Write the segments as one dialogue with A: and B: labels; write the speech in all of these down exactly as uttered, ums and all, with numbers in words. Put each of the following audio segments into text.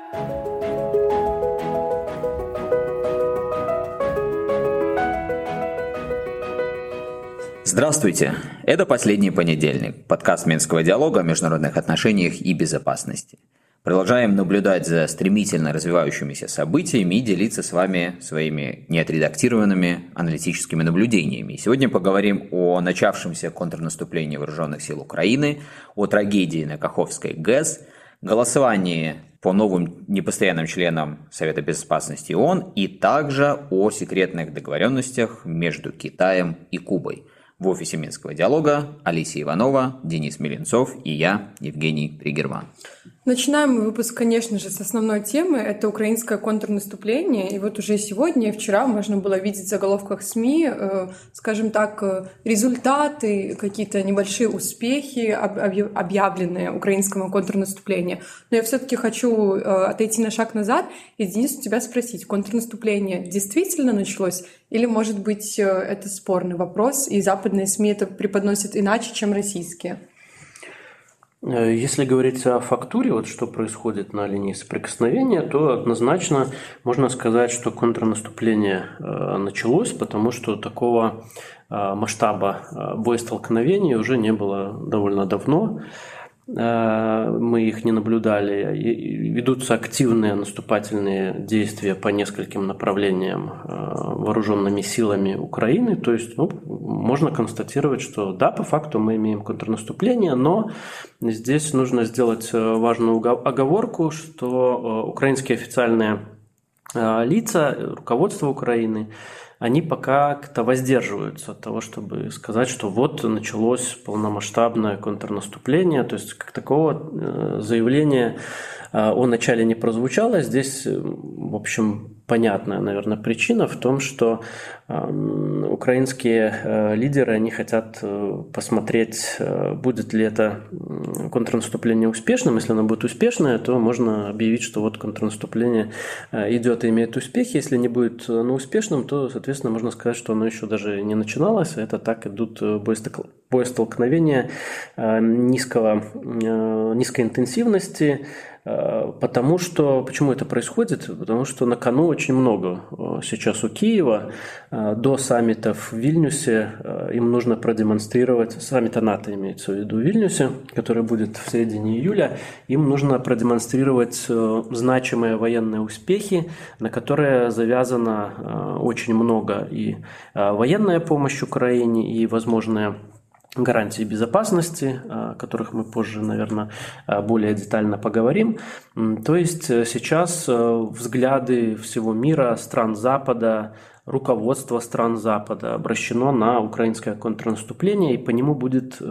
A: Здравствуйте! Это «Последний понедельник», подкаст Минского диалога о международных отношениях и безопасности. Продолжаем наблюдать за стремительно развивающимися событиями и делиться с вами своими неотредактированными аналитическими наблюдениями. Сегодня поговорим о начавшемся контрнаступлении вооруженных сил Украины, о трагедии на Каховской ГЭС, голосовании по новым непостоянным членам Совета Безопасности ООН и также о секретных договоренностях между Китаем и Кубой. В офисе Минского диалога Алисия Иванова, Денис Меленцов и я, Евгений Пригерман.
B: Начинаем мы выпуск, конечно же, с основной темы. Это украинское контрнаступление. И вот уже сегодня и вчера можно было видеть в заголовках СМИ, э, скажем так, результаты, какие-то небольшие успехи, объявленные украинскому контрнаступлению. Но я все-таки хочу э, отойти на шаг назад и, Денис, у тебя спросить, контрнаступление действительно началось? Или, может быть, э, это спорный вопрос, и западные СМИ это преподносят иначе, чем российские?
C: Если говорить о фактуре, вот что происходит на линии соприкосновения, то однозначно можно сказать, что контрнаступление началось, потому что такого масштаба боестолкновений уже не было довольно давно. Мы их не наблюдали. Ведутся активные наступательные действия по нескольким направлениям вооруженными силами Украины. То есть ну, можно констатировать, что да, по факту мы имеем контрнаступление, но здесь нужно сделать важную оговорку, что украинские официальные лица, руководство Украины, они пока как-то воздерживаются от того, чтобы сказать, что вот началось полномасштабное контрнаступление. То есть как такого заявления о начале не прозвучало. Здесь, в общем, понятная, наверное, причина в том, что украинские лидеры, они хотят посмотреть, будет ли это контрнаступление успешным. Если оно будет успешное, то можно объявить, что вот контрнаступление идет и имеет успехи. Если не будет оно успешным, то, соответственно, можно сказать, что оно еще даже не начиналось. Это так идут боестолкновения низкого, низкой интенсивности. Потому что, почему это происходит? Потому что на кону очень много сейчас у Киева. До саммита в Вильнюсе им нужно продемонстрировать, саммита НАТО имеется в виду в Вильнюсе, который будет в середине июля, им нужно продемонстрировать значимые военные успехи, на которые завязано очень много и военная помощь Украине, и возможные гарантии безопасности, о которых мы позже, наверное, более детально поговорим. То есть сейчас взгляды всего мира, стран Запада, руководство стран Запада обращено на украинское контрнаступление, и по нему будет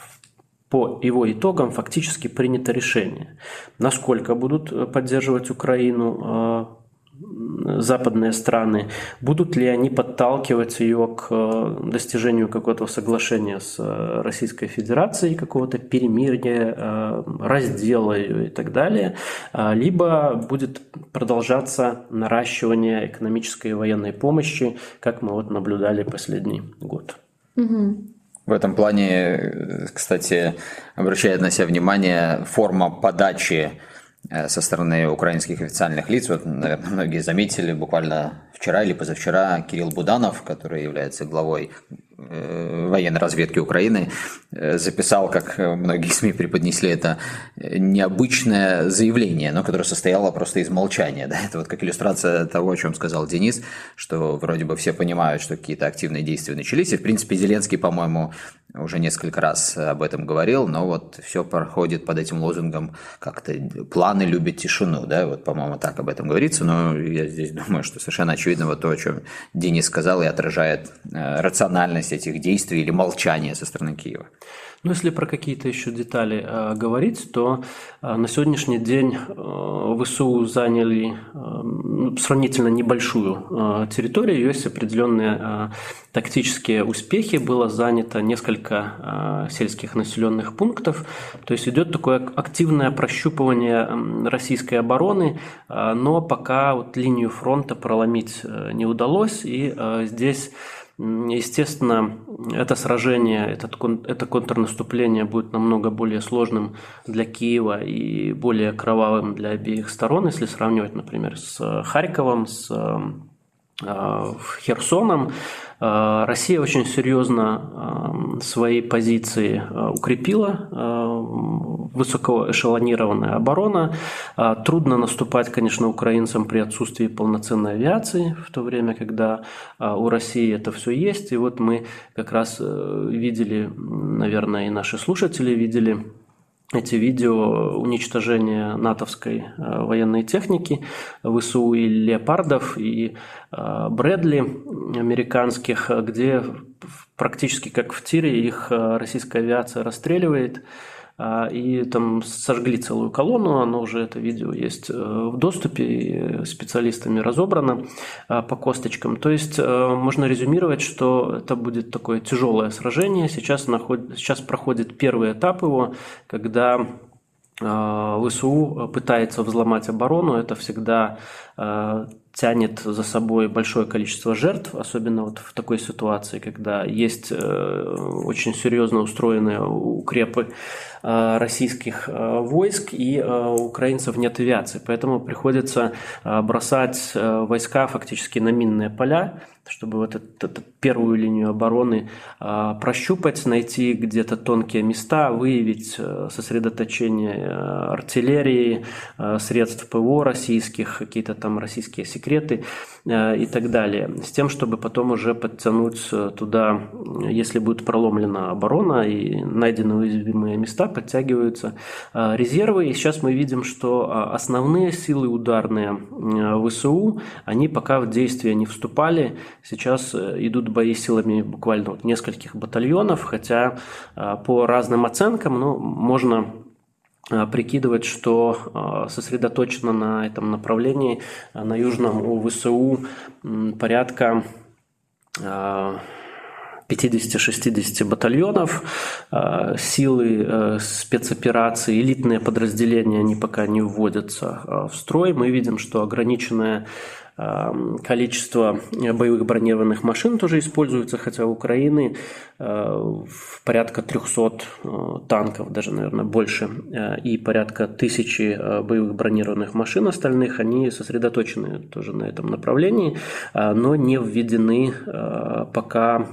C: по его итогам фактически принято решение, насколько будут поддерживать Украину западные страны, будут ли они подталкивать ее к достижению какого-то соглашения с Российской Федерацией, какого-то перемирия, раздела ее и так далее, либо будет продолжаться наращивание экономической и военной помощи, как мы вот наблюдали последний год.
B: Угу.
A: В этом плане, кстати, обращает на себя внимание форма подачи со стороны украинских официальных лиц. Вот, наверное, многие заметили, буквально вчера или позавчера Кирилл Буданов, который является главой военной разведки Украины, записал, как многие СМИ преподнесли это, необычное заявление, но которое состояло просто из молчания. Да? Это вот как иллюстрация того, о чем сказал Денис, что вроде бы все понимают, что какие-то активные действия начались, и в принципе Зеленский, по-моему, уже несколько раз об этом говорил, но вот все проходит под этим лозунгом как-то «планы любят тишину», да, вот, по-моему, так об этом говорится, но я здесь думаю, что совершенно очевидно вот то, о чем Денис сказал, и отражает э, рациональность этих действий или молчания со стороны Киева.
C: Ну, если про какие-то еще детали э, говорить, то э, на сегодняшний день э, ВСУ заняли э, сравнительно небольшую э, территорию, есть определенные э, тактические успехи, было занято несколько э, сельских населенных пунктов, то есть идет такое активное прощупывание э, российской обороны, э, но пока вот линию фронта проломить э, не удалось, и э, здесь Естественно, это сражение, этот, это контрнаступление будет намного более сложным для Киева и более кровавым для обеих сторон, если сравнивать, например, с Харьковом, с Херсоном. Россия очень серьезно свои позиции укрепила, высокоэшелонированная оборона. Трудно наступать, конечно, украинцам при отсутствии полноценной авиации, в то время, когда у России это все есть. И вот мы как раз видели, наверное, и наши слушатели видели эти видео уничтожения натовской э, военной техники, ВСУ и леопардов, и э, Брэдли американских, где практически как в тире их э, российская авиация расстреливает. И там сожгли целую колонну, оно уже, это видео есть в доступе, специалистами разобрано по косточкам. То есть можно резюмировать, что это будет такое тяжелое сражение. Сейчас, наход... Сейчас проходит первый этап его, когда ВСУ пытается взломать оборону. Это всегда тянет за собой большое количество жертв, особенно вот в такой ситуации, когда есть очень серьезно устроенные укрепы российских войск и у украинцев нет авиации. Поэтому приходится бросать войска фактически на минные поля, чтобы вот эту, эту первую линию обороны прощупать, найти где-то тонкие места, выявить сосредоточение артиллерии, средств ПВО российских, какие-то там российские секреты и так далее. С тем, чтобы потом уже подтянуть туда, если будет проломлена оборона и найдены уязвимые места, подтягиваются резервы. И сейчас мы видим, что основные силы ударные ВСУ, они пока в действие не вступали. Сейчас идут бои силами буквально вот нескольких батальонов, хотя по разным оценкам, ну, можно прикидывать, что сосредоточено на этом направлении на южном у ВСУ порядка пятьдесят-шестьдесят батальонов, силы спецопераций, элитные подразделения, они пока не вводятся в строй. Мы видим, что ограниченное количество боевых бронированных машин тоже используется, хотя у Украины порядка трехсот танков, даже, наверное, больше, и порядка тысячи боевых бронированных машин остальных, они сосредоточены тоже на этом направлении, но не введены пока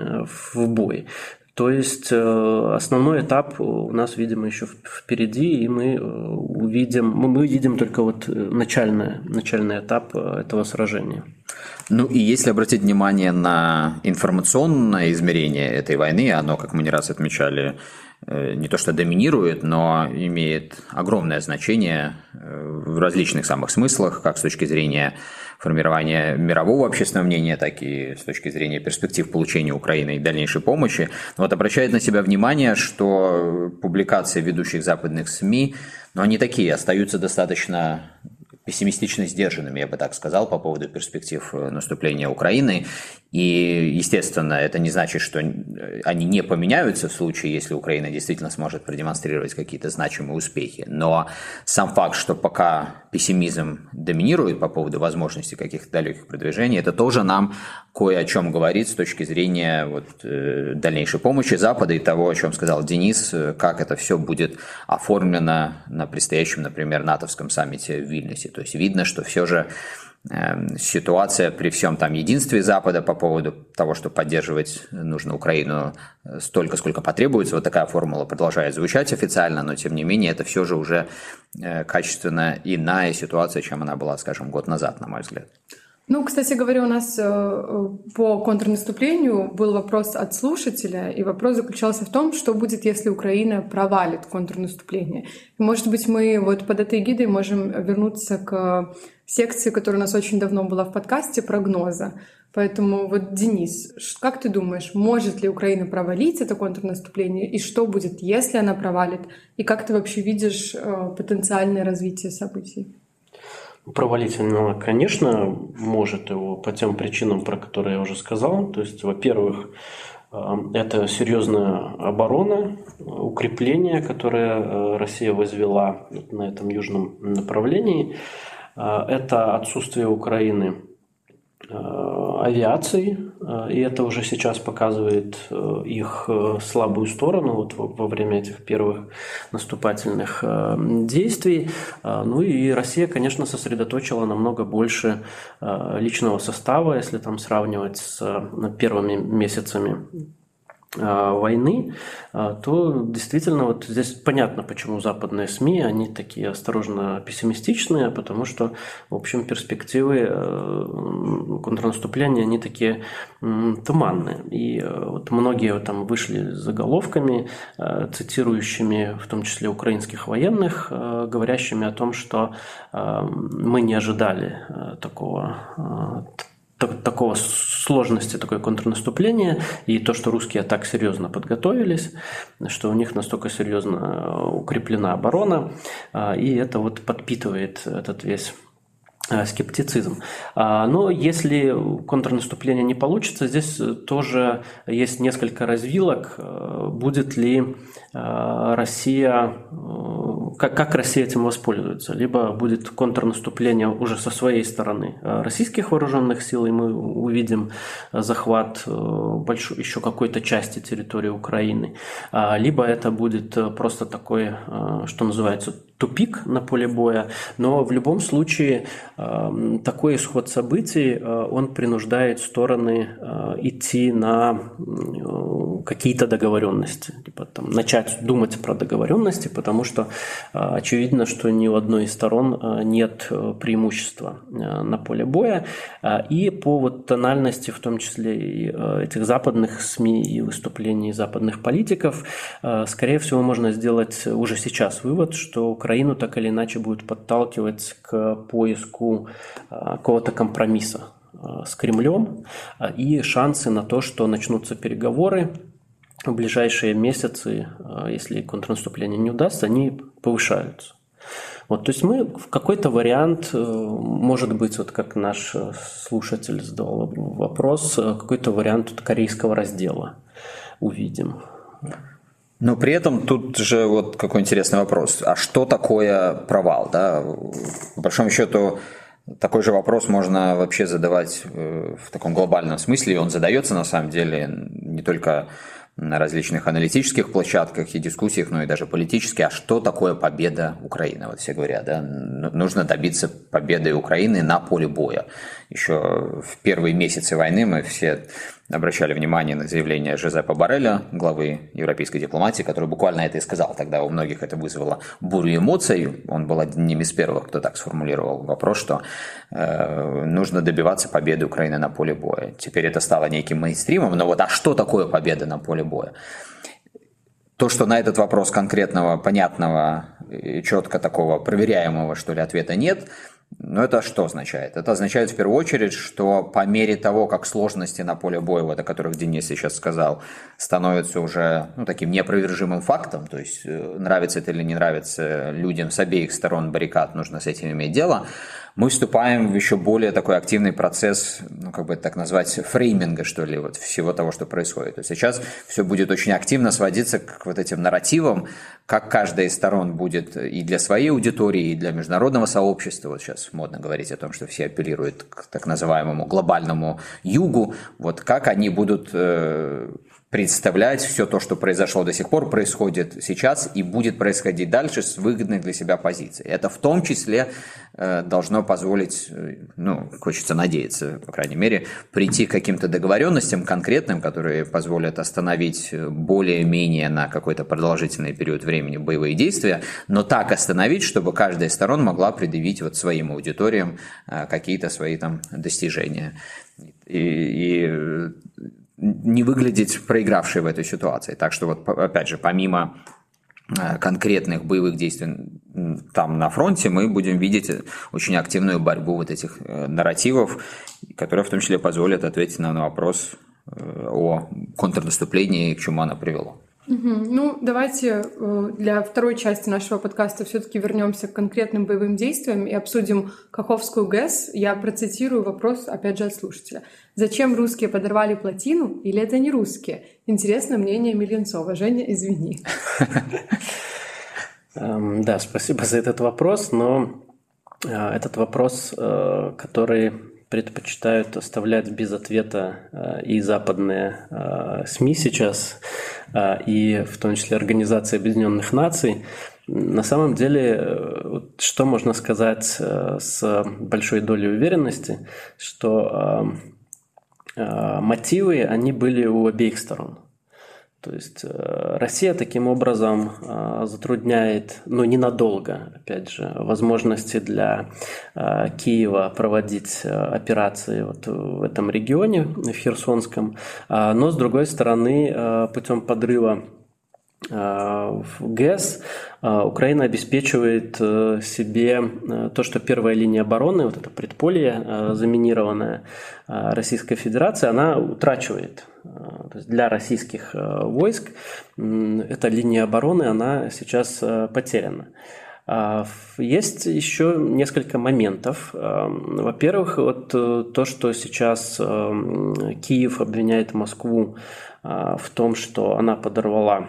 C: в бой. То есть основной этап у нас, видимо, еще впереди, и мы увидим, мы видим только вот начальный, начальный этап этого сражения.
A: Ну и если обратить внимание на информационное измерение этой войны, оно, как мы не раз отмечали, не то что доминирует, но имеет огромное значение в различных самых смыслах, как с точки зрения формирования мирового общественного мнения, так и с точки зрения перспектив получения Украины и дальнейшей помощи. Вот обращает на себя внимание, что публикации ведущих западных СМИ, но они такие, остаются достаточно пессимистично сдержанными, я бы так сказал, по поводу перспектив наступления Украины. И, естественно, это не значит, что они не поменяются в случае, если Украина действительно сможет продемонстрировать какие-то значимые успехи. Но сам факт, что пока пессимизм доминирует по поводу возможности каких-то далеких продвижений, это тоже нам кое о чем говорит с точки зрения вот, дальнейшей помощи Запада и того, о чем сказал Денис, как это все будет оформлено на предстоящем, например, натовском саммите в Вильнюсе. То есть видно, что все же э, ситуация при всем там единстве Запада по поводу того, что поддерживать нужно Украину столько, сколько потребуется, вот такая формула продолжает звучать официально, но тем не менее это все же уже э, качественно иная ситуация, чем она была, скажем, год назад, на мой взгляд.
B: Ну, кстати говоря, у нас э, по контрнаступлению был вопрос от слушателя, и вопрос заключался в том, что будет, если Украина провалит контрнаступление. И, может быть, мы вот под этой гидой можем вернуться к секции, которая у нас очень давно была в подкасте, прогноза. Поэтому вот, Денис, как ты думаешь, может ли Украина провалить это контрнаступление, и что будет, если она провалит? И как ты вообще видишь э, потенциальное развитие событий?
C: Провалить она, конечно, может его по тем причинам, про которые я уже сказал. То есть, во-первых, это серьезная оборона, укрепление, которое Россия возвела на этом южном направлении. Это отсутствие Украины авиации, и это уже сейчас показывает их слабую сторону вот во время этих первых наступательных действий. Ну и Россия, конечно, сосредоточила намного больше личного состава, если там сравнивать с первыми месяцами войны, то действительно вот здесь понятно, почему западные СМИ, они такие осторожно пессимистичные, потому что, в общем, перспективы контрнаступления, они такие туманные. И вот многие там вышли с заголовками, цитирующими в том числе украинских военных, говорящими о том, что мы не ожидали такого такого сложности, такое контрнаступление, и то, что русские так серьезно подготовились, что у них настолько серьезно укреплена оборона, и это вот подпитывает этот весь скептицизм. Но если контрнаступление не получится, здесь тоже есть несколько развилок. Будет ли Россия, как, как Россия этим воспользуется? Либо будет контрнаступление уже со своей стороны российских вооруженных сил, и мы увидим захват большой, еще какой-то части территории Украины. Либо это будет просто такой, что называется, тупик на поле боя, но в любом случае такой исход событий, он принуждает стороны идти на какие-то договоренности, типа, там, начать думать про договоренности, потому что очевидно, что ни у одной из сторон нет преимущества на поле боя, и по вот тональности, в том числе и этих западных СМИ и выступлений западных политиков, скорее всего, можно сделать уже сейчас вывод, что Украину так или иначе будет подталкивать к поиску какого-то компромисса с Кремлем, и шансы на то, что начнутся переговоры в ближайшие месяцы, если контрнаступление не удастся, они повышаются. Вот, то есть мы в какой-то вариант, может быть, вот как наш слушатель задал вопрос, какой-то вариант вот корейского раздела увидим.
A: Но при этом тут же вот какой интересный вопрос. А что такое провал? Да? По большому счету, такой же вопрос можно вообще задавать в таком глобальном смысле, и он задается на самом деле не только на различных аналитических площадках и дискуссиях, но и даже политически. А что такое победа Украины? Вот все говорят, да, нужно добиться победы Украины на поле боя. Еще в первые месяцы войны мы все обращали внимание на заявление Жозепа Борреля, главы европейской дипломатии, который буквально это и сказал. Тогда у многих это вызвало бурю эмоций. Он был одним из первых, кто так сформулировал вопрос, что э, нужно добиваться победы Украины на поле боя. Теперь это стало неким мейнстримом, но вот а что такое победа на поле боя? То, что на этот вопрос конкретного, понятного, четко такого проверяемого, что ли, ответа нет, но это что означает? Это означает в первую очередь, что по мере того, как сложности на поле боя, вот о которых Денис сейчас сказал, становятся уже ну, таким неопровержимым фактом, то есть нравится это или не нравится людям с обеих сторон баррикад, нужно с этим иметь дело, мы вступаем в еще более такой активный процесс, ну, как бы это так назвать, фрейминга, что ли, вот всего того, что происходит. То есть сейчас все будет очень активно сводиться к вот этим нарративам, как каждая из сторон будет и для своей аудитории, и для международного сообщества. Вот сейчас модно говорить о том, что все апеллируют к так называемому глобальному югу. Вот как они будут э, представлять все то, что произошло до сих пор, происходит сейчас и будет происходить дальше с выгодной для себя позицией. Это в том числе э, должно позволить, ну, хочется надеяться, по крайней мере, прийти к каким-то договоренностям конкретным, которые позволят остановить более-менее на какой-то продолжительный период времени боевые действия, но так остановить, чтобы каждая из сторон могла предъявить вот своим аудиториям э, какие-то свои там достижения. И, и не выглядеть проигравшей в этой ситуации. Так что вот опять же, помимо конкретных боевых действий там на фронте, мы будем видеть очень активную борьбу вот этих нарративов, которые в том числе позволят ответить на вопрос о контрнаступлении и к чему оно привело.
B: Угу. Ну, давайте для второй части нашего подкаста все-таки вернемся к конкретным боевым действиям и обсудим Каховскую ГЭС. Я процитирую вопрос, опять же, от слушателя. Зачем русские подорвали плотину, или это не русские? Интересно мнение Меленцова. Женя, извини.
C: Да, спасибо за этот вопрос, но этот вопрос, который предпочитают оставлять без ответа и западные СМИ сейчас, и в том числе Организация Объединенных Наций. На самом деле, что можно сказать с большой долей уверенности, что мотивы, они были у обеих сторон. То есть Россия таким образом затрудняет, но ненадолго, опять же, возможности для Киева проводить операции вот в этом регионе, в Херсонском, но с другой стороны, путем подрыва в ГЭС Украина обеспечивает себе то, что первая линия обороны, вот это предполье заминированное Российской Федерации, она утрачивает. То есть для российских войск эта линия обороны, она сейчас потеряна. Есть еще несколько моментов. Во-первых, вот то, что сейчас Киев обвиняет Москву в том, что она подорвала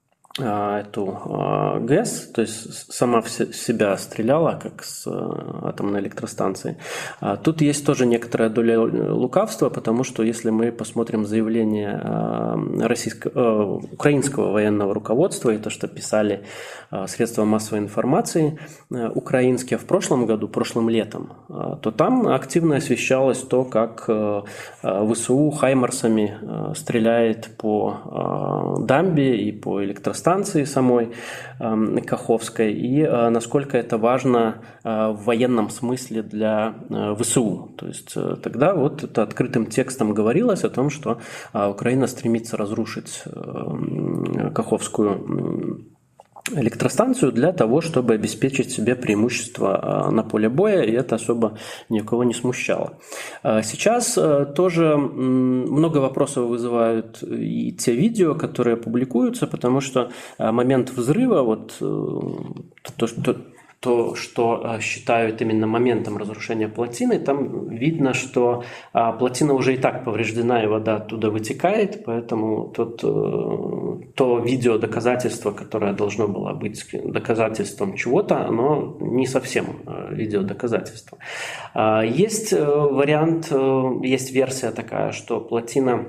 C: эту ГЭС, то есть сама в себя стреляла, как с атомной электростанции. Тут есть тоже некоторая доля лукавства, потому что если мы посмотрим заявление российского, украинского военного руководства и то, что писали средства массовой информации украинские в прошлом году, прошлым летом, то там активно освещалось то, как ВСУ хаймарсами стреляет по дамбе и по электростанции, станции самой э, Каховской, и э, насколько это важно э, в военном смысле для э, ВСУ. То есть э, тогда вот это открытым текстом говорилось о том, что э, Украина стремится разрушить э, Каховскую электростанцию для того, чтобы обеспечить себе преимущество на поле боя, и это особо никого не смущало. Сейчас тоже много вопросов вызывают и те видео, которые публикуются, потому что момент взрыва, вот то, что то, что считают именно моментом разрушения плотины, там видно, что плотина уже и так повреждена, и вода оттуда вытекает, поэтому тот, то видеодоказательство, которое должно было быть доказательством чего-то, оно не совсем видеодоказательство. Есть вариант, есть версия такая, что плотина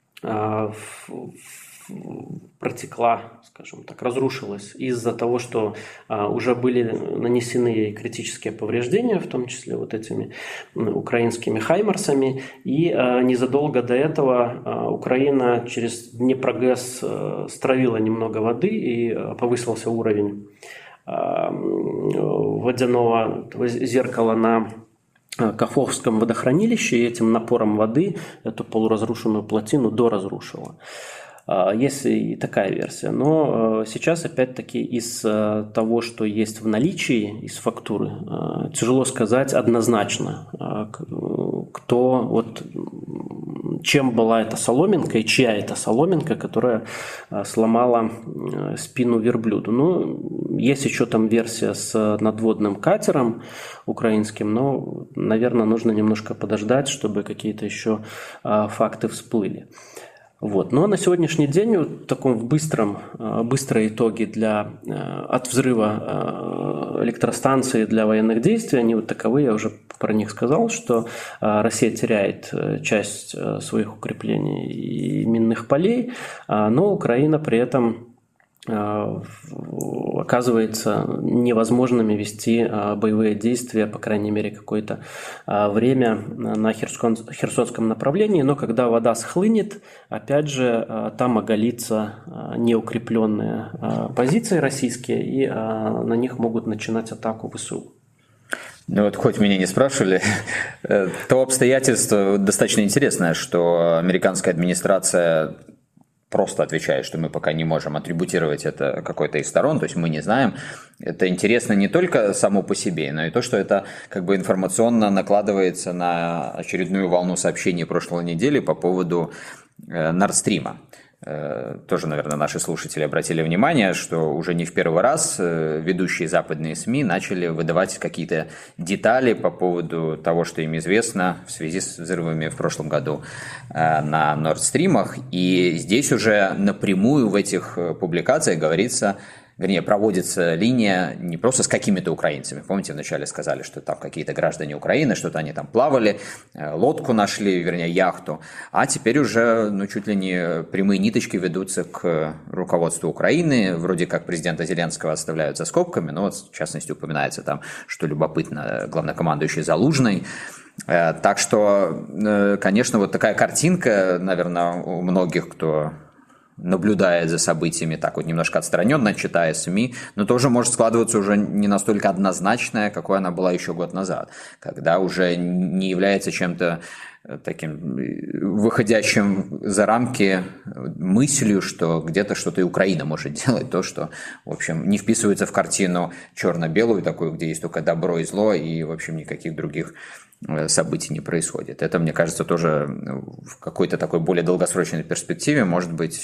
C: протекла, скажем так, разрушилась из-за того, что а, уже были нанесены ей критические повреждения, в том числе вот этими украинскими хаймарсами, и а, незадолго до этого а, Украина через Днепрогэс а, стравила немного воды, и а, повысился уровень а, водяного зеркала на Каховском водохранилище, и этим напором воды эту полуразрушенную плотину доразрушила. Есть и такая версия, но сейчас опять-таки из того, что есть в наличии, из фактуры, тяжело сказать однозначно, кто, вот, чем была эта соломинка и чья это соломинка, которая сломала спину верблюду. Ну, есть еще там версия с надводным катером украинским, но, наверное, нужно немножко подождать, чтобы какие-то еще факты всплыли. Вот. Но на сегодняшний день в таком в быстром, быстрые итоги для, от взрыва электростанции для военных действий, они вот таковы, я уже про них сказал, что Россия теряет часть своих укреплений и минных полей, но Украина при этом оказывается невозможными вести боевые действия, по крайней мере, какое-то время на Херсонском направлении, но когда вода схлынет, опять же, там оголится неукрепленные позиции российские, и на них могут начинать атаку ВСУ.
A: Ну вот, хоть меня не спрашивали, то обстоятельство достаточно интересное, что американская администрация просто отвечает, что мы пока не можем атрибутировать это какой-то из сторон, то есть мы не знаем. Это интересно не только само по себе, но и то, что это как бы информационно накладывается на очередную волну сообщений прошлой недели по поводу Nord Stream. Тоже, наверное, наши слушатели обратили внимание, что уже не в первый раз ведущие западные СМИ начали выдавать какие-то детали по поводу того, что им известно в связи с взрывами в прошлом году на Nord Stream. И здесь уже напрямую в этих публикациях говорится вернее, проводится линия не просто с какими-то украинцами. Помните, вначале сказали, что там какие-то граждане Украины, что-то они там плавали, лодку нашли, вернее, яхту. А теперь уже, ну, чуть ли не прямые ниточки ведутся к руководству Украины. Вроде как президента Зеленского оставляют за скобками, но вот, в частности, упоминается там, что любопытно, главнокомандующий Залужный. Так что, конечно, вот такая картинка, наверное, у многих, кто наблюдает за событиями так вот немножко отстраненно, читая СМИ, но тоже может складываться уже не настолько однозначная, какой она была еще год назад, когда уже не является чем-то таким выходящим за рамки мыслью, что где-то что-то и Украина может делать, то, что, в общем, не вписывается в картину черно-белую такую, где есть только добро и зло, и, в общем, никаких других событий не происходит. Это, мне кажется, тоже в какой-то такой более долгосрочной перспективе может быть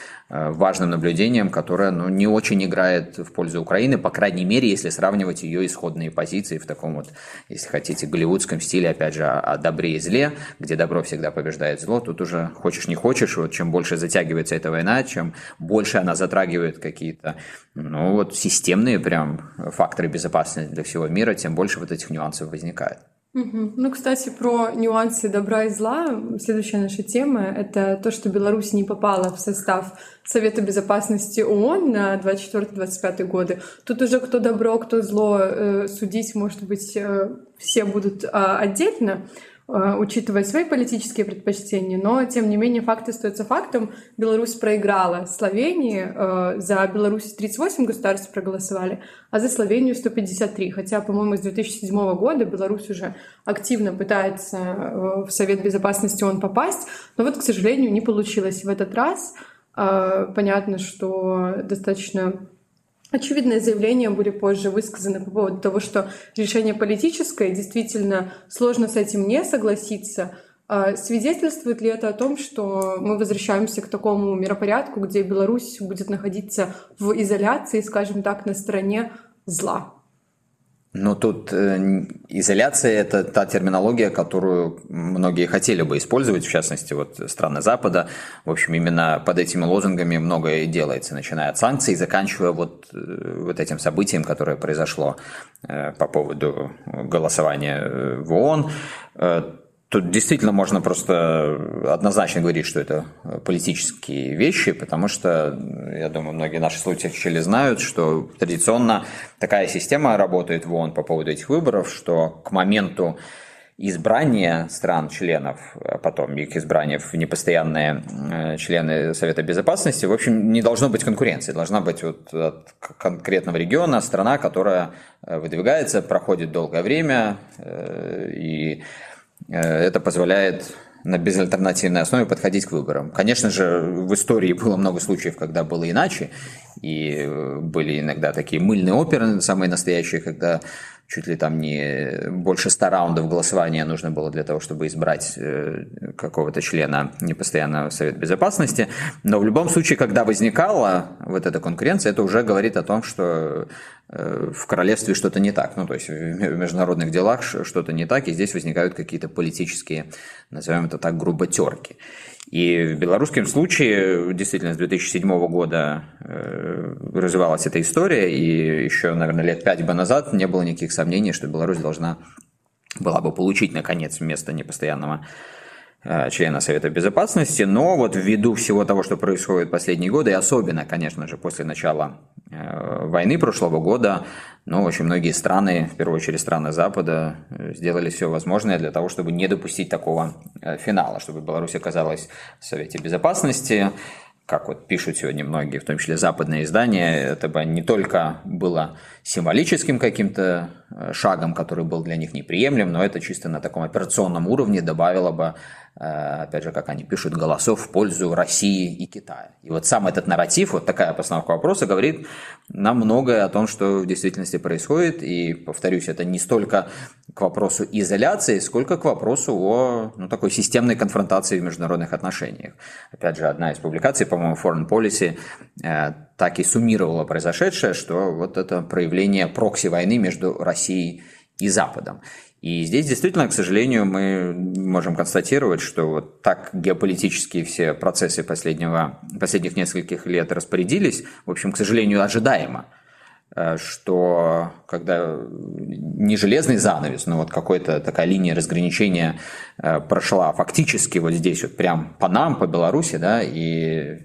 A: важным наблюдением, которое, ну, не очень играет в пользу Украины, по крайней мере, если сравнивать ее исходные позиции в таком вот, если хотите, голливудском стиле, опять же, о добре и зле, где добро всегда побеждает зло. Тут уже хочешь не хочешь, вот чем больше затягивается эта война, чем больше она затрагивает какие-то, ну, вот системные прям факторы безопасности для всего мира, тем больше вот этих нюансов возникает.
B: Угу. Ну, кстати, про нюансы добра и зла. Следующая наша тема — это то, что Беларусь не попала в состав Совета Безопасности ООН на двадцать четвёртый — двадцать пятый годы. Тут уже кто добро, кто зло э, судить, может быть, э, все будут э, отдельно, учитывая свои политические предпочтения, но, тем не менее, факт остается фактом. Беларусь проиграла Словении, за Беларусь тридцать восемь государств проголосовали, а за Словению сто пятьдесят три, хотя, по-моему, с две тысячи седьмого года Беларусь уже активно пытается в Совет Безопасности ООН попасть, но вот, к сожалению, не получилось в этот раз. Понятно, что достаточно очевидные заявления были позже высказаны по поводу того, что решение политическое, действительно сложно с этим не согласиться. Свидетельствует ли это о том, что мы возвращаемся к такому миропорядку, где Беларусь будет находиться в изоляции, скажем так, на стороне зла?
A: Ну, тут э, изоляция – это та терминология, которую многие хотели бы использовать, в частности, вот страны Запада. В общем, именно под этими лозунгами многое делается, начиная от санкций, заканчивая вот, вот этим событием, которое произошло э, по поводу голосования в ООН. Тут действительно можно просто однозначно говорить, что это политические вещи, потому что, я думаю, многие наши слушатели знают, что традиционно такая система работает в ООН по поводу этих выборов, что к моменту избрания стран-членов, а потом их избрания в непостоянные члены Совета Безопасности, в общем, не должно быть конкуренции. Должна быть вот от конкретного региона страна, которая выдвигается, проходит долгое время, и это позволяет на безальтернативной основе подходить к выборам. Конечно же, в истории было много случаев, когда было иначе, и были иногда такие мыльные оперы, самые настоящие, когда чуть ли там не больше ста раундов голосования нужно было для того, чтобы избрать какого-то члена непостоянного Совета Безопасности. Но в любом случае, когда возникала вот эта конкуренция, это уже говорит о том, что в королевстве что-то не так. Ну, то есть в международных делах что-то не так, и здесь возникают какие-то политические, назовем это так, груботерки. И в белорусском случае действительно с две тысячи седьмого года развивалась эта история, и еще, наверное, лет пять бы назад не было никаких сомнений, что Беларусь должна была бы получить, наконец, место непостоянного члена Совета Безопасности, но вот ввиду всего того, что происходит в последние годы, и особенно, конечно же, после начала войны прошлого года, ну, очень многие страны, в первую очередь страны Запада, сделали все возможное для того, чтобы не допустить такого финала, чтобы Беларусь оказалась в Совете Безопасности. Как вот пишут сегодня многие, в том числе западные издания, это бы не только было символическим каким-то шагом, который был для них неприемлем, но это чисто на таком операционном уровне добавило бы, опять же, как они пишут, голосов в пользу России и Китая. И вот сам этот нарратив, вот такая постановка вопроса говорит нам многое о том, что в действительности происходит. И, повторюсь, это не столько к вопросу изоляции, сколько к вопросу о, ну, такой системной конфронтации в международных отношениях. Опять же, одна из публикаций, по-моему, Foreign Policy, э, так и суммировала произошедшее, что вот это проявление прокси-войны между Россией и Западом. И здесь действительно, к сожалению, мы можем констатировать, что вот так геополитические все процессы последнего, последних нескольких лет распорядились, в общем, к сожалению, ожидаемо, что когда не железный занавес, но вот какая-то такая линия разграничения прошла фактически вот здесь вот прям по нам, по Беларуси, да, и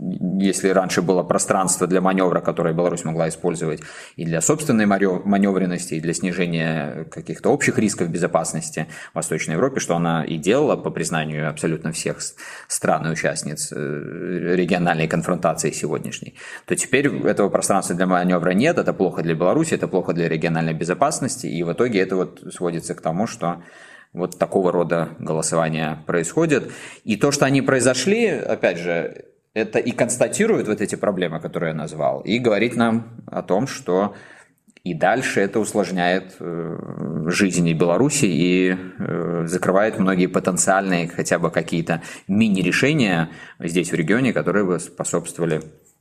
A: если раньше было пространство для маневра, которое Беларусь могла использовать и для собственной маневренности, и для снижения каких-то общих рисков безопасности в Восточной Европе, что она и делала по признанию абсолютно всех стран и участниц региональной конфронтации сегодняшней, то теперь этого пространства для маневра нет, это плохо для Беларуси, это плохо для региональной безопасности, и в итоге это вот сводится к тому, что вот такого рода голосования происходят. И то, что они произошли, опять же, это и констатирует вот эти проблемы, которые я назвал, и говорит нам о том, что и дальше это усложняет жизнь и Беларуси и закрывает многие потенциальные хотя бы какие-то мини-решения здесь в регионе, которые бы способствовали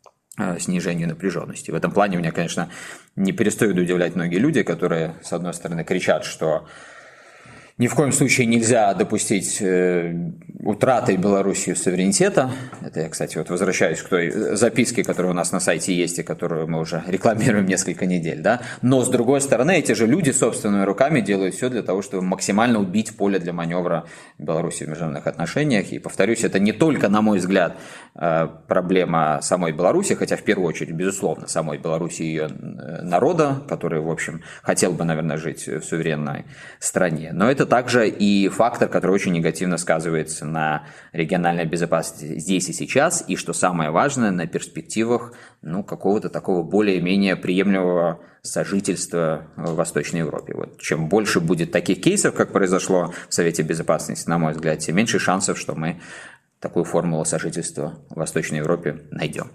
A: снижению напряженности. В этом плане меня, конечно, не перестают удивлять многие люди, которые, с одной стороны, кричат, что ни в коем случае нельзя допустить э, утраты Белоруссию суверенитета. Это я, кстати, вот возвращаюсь к той записке, которая у нас на сайте есть и которую мы уже рекламируем несколько недель. Да? Но, с другой стороны, эти же люди собственными руками делают все для того, чтобы максимально убить поле для маневра Беларуси в международных отношениях. И, повторюсь, это не только, на мой взгляд, э, проблема самой Беларуси, хотя в первую очередь, безусловно, самой Беларуси и ее народа, который, в общем, хотел бы, наверное, жить в суверенной стране. Но это также и фактор, который очень негативно сказывается на региональной безопасности здесь и сейчас, и, что самое важное, на перспективах ну, какого-то такого более-менее приемлемого сожительства в Восточной Европе. Вот. Чем больше будет таких кейсов, как произошло в Совете Безопасности, на мой взгляд, тем меньше шансов, что мы такую формулу сожительства в Восточной Европе найдем.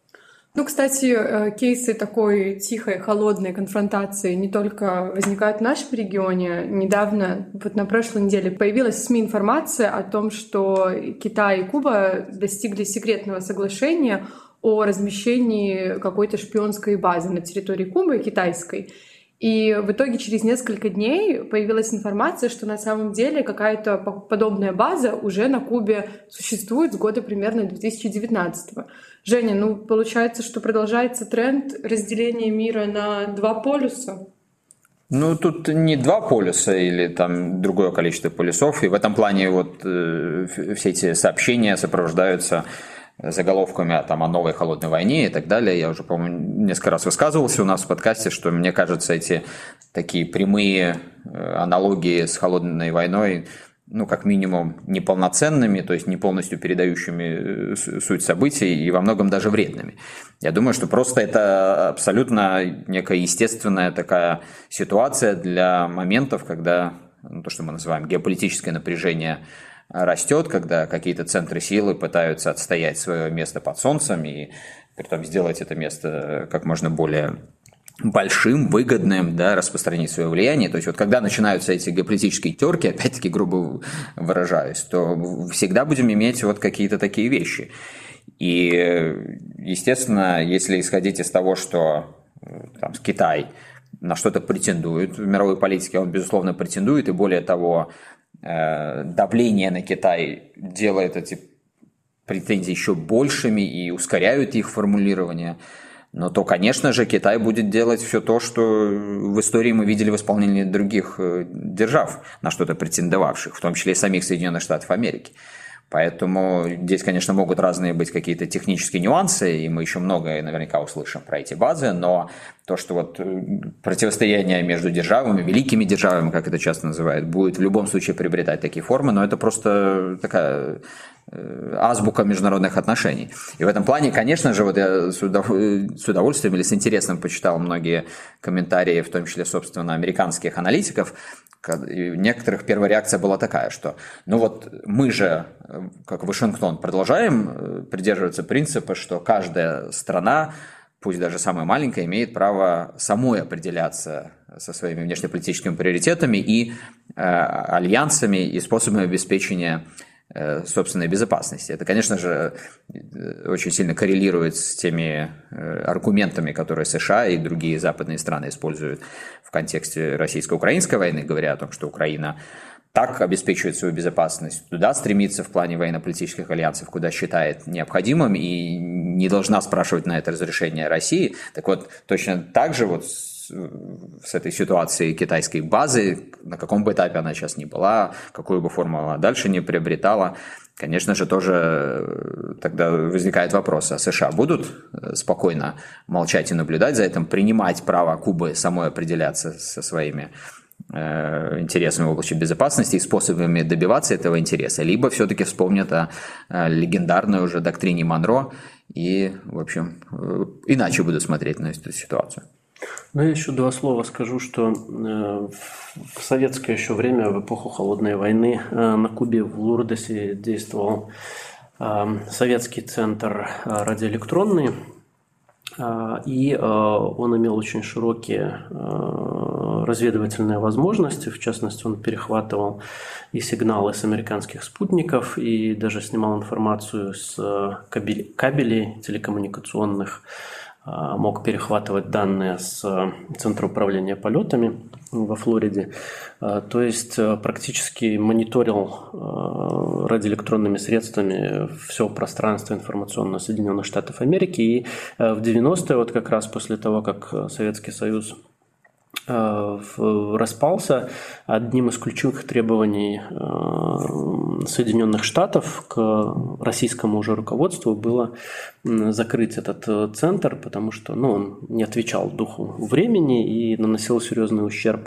B: Ну, кстати, кейсы такой тихой, холодной конфронтации не только возникают в нашем регионе. Недавно, вот на прошлой неделе, появилась в СМИ информация о том, что Китай и Куба достигли секретного соглашения о размещении какой-то шпионской базы на территории Кубы, китайской. И в итоге через несколько дней появилась информация, что на самом деле какая-то подобная база уже на Кубе существует с года примерно две тысячи девятнадцатого. Женя, ну получается, что продолжается тренд разделения мира на два полюса?
A: Ну, тут не два полюса или там другое количество полюсов, и в этом плане вот э, все эти сообщения сопровождаются заголовками там, о новой холодной войне и так далее. Я уже, по-моему, несколько раз высказывался у нас в подкасте, что, мне кажется, эти такие прямые аналогии с холодной войной, ну, как минимум, неполноценными, то есть не полностью передающими суть событий и во многом даже вредными. Я думаю, что просто это абсолютно некая естественная такая ситуация для моментов, когда ну, то, что мы называем геополитическое напряжение, растет, когда какие-то центры силы пытаются отстоять свое место под солнцем и притом сделать это место как можно более большим, выгодным, да, распространить свое влияние. То есть вот когда начинаются эти геополитические терки, опять-таки грубо выражаюсь, то всегда будем иметь вот какие-то такие вещи. И, естественно, если исходить из того, что там, Китай на что-то претендует в мировой политике, он, безусловно, претендует, и более того, давление на Китай делает эти претензии еще большими и ускоряют их формулирование, но то, конечно же, Китай будет делать все то, что в истории мы видели в исполнении других держав, на что-то претендовавших, в том числе и самих Соединенных Штатов Америки. Поэтому здесь, конечно, могут разные быть какие-то технические нюансы, и мы еще многое наверняка услышим про эти базы, но то, что вот противостояние между державами, великими державами, как это часто называют, будет в любом случае приобретать такие формы, но это просто такая азбука международных отношений. И в этом плане, конечно же, вот я с удовольствием или с интересом почитал многие комментарии, в том числе, собственно, американских аналитиков. И у некоторых первая реакция была такая, что ну вот мы же, как Вашингтон, продолжаем придерживаться принципа, что каждая страна, пусть даже самая маленькая, имеет право самой определяться со своими внешнеполитическими приоритетами и э, альянсами и способами обеспечения собственной безопасности. Это, конечно же, очень сильно коррелирует с теми аргументами, которые США и другие западные страны используют в контексте российско-украинской войны, говоря о том, что Украина так обеспечивает свою безопасность, туда стремится в плане военно-политических альянсов, куда считает необходимым, и не должна спрашивать на это разрешение России. Так вот, точно так же вот с, с этой ситуацией китайской базы, на каком бы этапе она сейчас ни была, какую бы форму она дальше не приобретала, конечно же, тоже тогда возникает вопрос, а США будут спокойно молчать и наблюдать за этим, принимать право Кубы самой определяться со своими интересами в области безопасности и способами добиваться этого интереса, либо все-таки вспомнят о легендарной уже доктрине Монро и, в общем, иначе будут смотреть на эту ситуацию.
C: Ну, я еще два слова скажу, что в советское еще время, в эпоху Холодной войны, на Кубе в Лурдосе действовал советский центр радиоэлектронный, и он имел очень широкие разведывательные возможности. В частности, он перехватывал и сигналы с американских спутников, и даже снимал информацию с кабелей телекоммуникационных, мог перехватывать данные с Центра управления полетами во Флориде. То есть практически мониторил радиоэлектронными средствами все пространство информационное Соединенных Штатов Америки. И в девяностые, вот как раз после того, как Советский Союз распался, одним из ключевых требований Соединенных Штатов к российскому уже руководству было закрыть этот центр, потому что ну, он не отвечал духу времени и наносил серьезный ущерб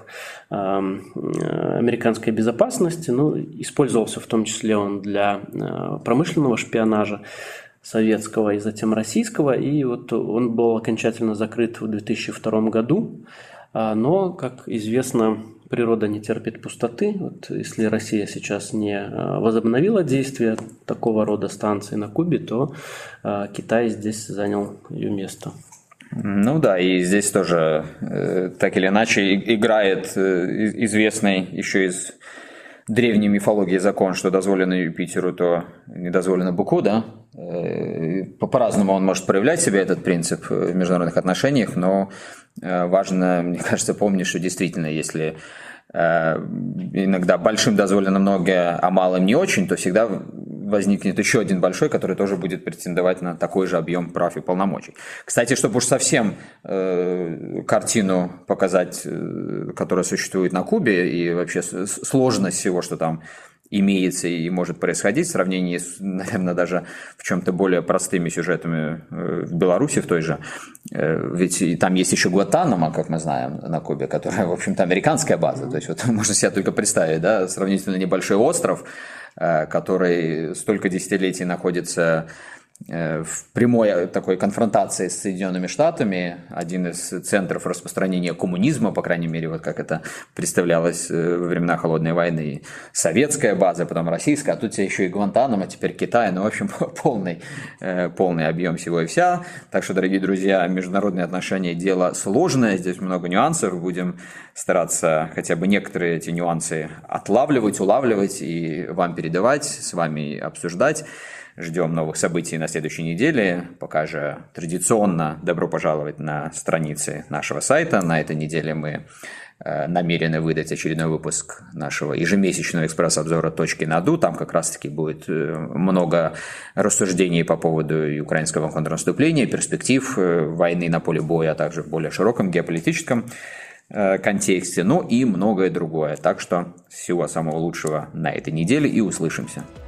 C: американской безопасности. Ну, использовался в том числе он для промышленного шпионажа советского и затем российского, и вот он был окончательно закрыт в две тысячи втором году. Но, как известно, природа не терпит пустоты. Вот если Россия сейчас не возобновила действия такого рода станций на Кубе, то Китай здесь занял ее место.
A: Ну да, и здесь тоже так или иначе играет известный еще из древней мифологии закон, что дозволено Юпитеру, то не дозволено быку, да? По-разному он может проявлять себя, этот принцип в международных отношениях, но важно, мне кажется, помнить, что действительно, если иногда большим дозволено многое, а малым не очень, то всегда возникнет еще один большой, который тоже будет претендовать на такой же объем прав и полномочий. Кстати, чтобы уж совсем э, картину показать, э, которая существует на Кубе, и вообще сложность всего, что там имеется и может происходить в сравнении с, наверное, даже в чем-то более простыми сюжетами в Беларуси в той же. Ведь там есть еще Гуантанамо, как мы знаем, на Кубе, которая, в общем-то, американская база. То есть вот можно себе только представить, да, сравнительно небольшой остров, который столько десятилетий находится в прямой такой конфронтации с Соединенными Штатами, один из центров распространения коммунизма, по крайней мере, вот как это представлялось во времена Холодной войны, советская база, потом российская, а тут еще и Гуантанамо, теперь Китай, ну, в общем, полный, полный объем всего и вся. Так что, дорогие друзья, международные отношения – дело сложное, здесь много нюансов, будем стараться хотя бы некоторые эти нюансы отлавливать, улавливать и вам передавать, с вами обсуждать. Ждем новых событий на следующей неделе. Пока же традиционно добро пожаловать на страницы нашего сайта. На этой неделе мы намерены выдать очередной выпуск нашего ежемесячного экспресс-обзора «Точки над «у». Там как раз-таки будет много рассуждений по поводу украинского контрнаступления, перспектив войны на поле боя, а также в более широком геополитическом контексте, ну и многое другое. Так что всего самого лучшего на этой неделе и услышимся.